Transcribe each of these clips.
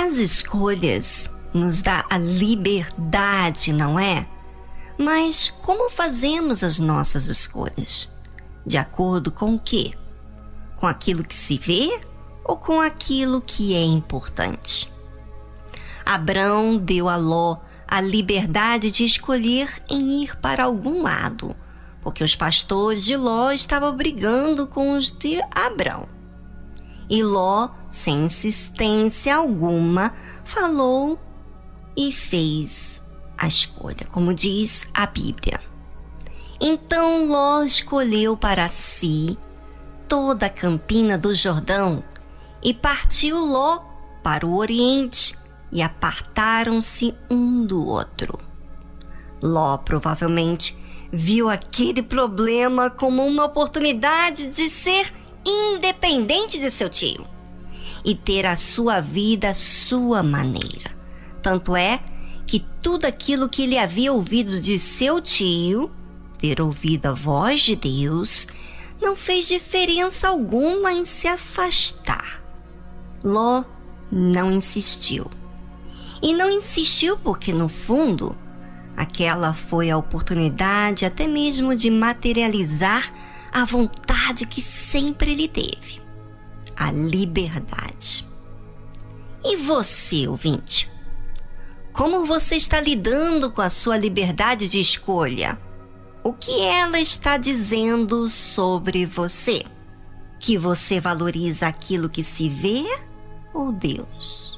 As escolhas nos dão a liberdade, não é? Mas como fazemos as nossas escolhas? De acordo com o quê? Com aquilo que se vê ou com aquilo que é importante? Abrão deu a Ló a liberdade de escolher em ir para algum lado, porque os pastores de Ló estavam brigando com os de Abrão. E Ló, sem insistência alguma, falou e fez a escolha, como diz a Bíblia. Então Ló escolheu para si toda a campina do Jordão e partiu Ló para o Oriente e apartaram-se um do outro. Ló provavelmente viu aquele problema como uma oportunidade de ser independente de seu tio e ter a sua vida à sua maneira. Tanto é que tudo aquilo que ele havia ouvido de seu tio, ter ouvido a voz de Deus, não fez diferença alguma em se afastar. Ló não insistiu. E não insistiu porque, no fundo, aquela foi a oportunidade até mesmo de materializar a vontade que sempre ele teve, a liberdade. E você, ouvinte? Como você está lidando com a sua liberdade de escolha? O que ela está dizendo sobre você? Que você valoriza aquilo que se vê ou Deus?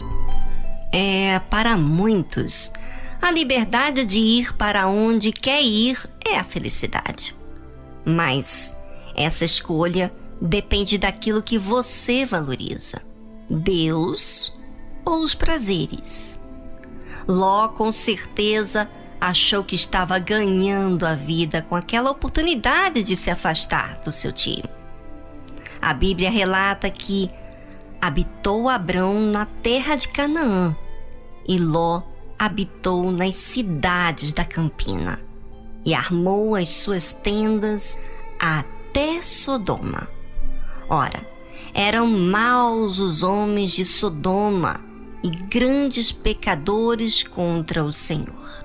Para muitos, a liberdade de ir para onde quer ir é a felicidade. Mas essa escolha depende daquilo que você valoriza, Deus ou os prazeres. Ló, com certeza, achou que estava ganhando a vida com aquela oportunidade de se afastar do seu tio. A Bíblia relata que habitou Abrão na terra de Canaã e Ló habitou nas cidades da campina e armou as suas tendas até Sodoma. Ora, eram maus os homens de Sodoma e grandes pecadores contra o Senhor.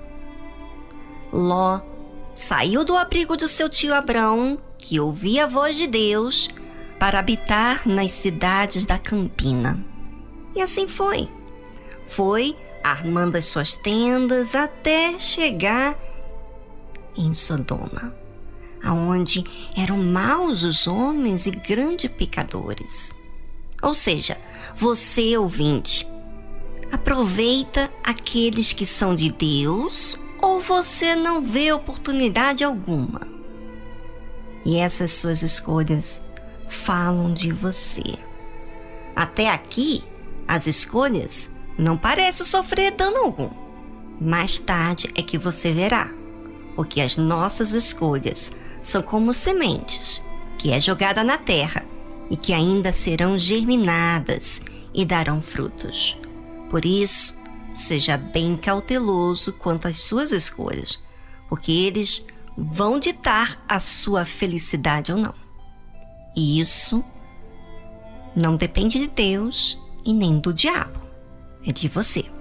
Ló saiu do abrigo do seu tio Abrão, que ouvia a voz de Deus, para habitar nas cidades da campina. E assim foi. Foi armando as suas tendas até chegar em Sodoma, aonde eram maus os homens e grandes pecadores. Ou seja, você, ouvinte, aproveita aqueles que são de Deus ou você não vê oportunidade alguma? E essas suas escolhas falam de você. Até aqui, as escolhas não parecem sofrer dano algum. Mais tarde é que você verá, porque as nossas escolhas são como sementes que é jogada na terra e que ainda serão germinadas e darão frutos. Por isso, seja bem cauteloso quanto às suas escolhas, porque eles vão ditar a sua felicidade ou não. E isso não depende de Deus e nem do diabo, é de você.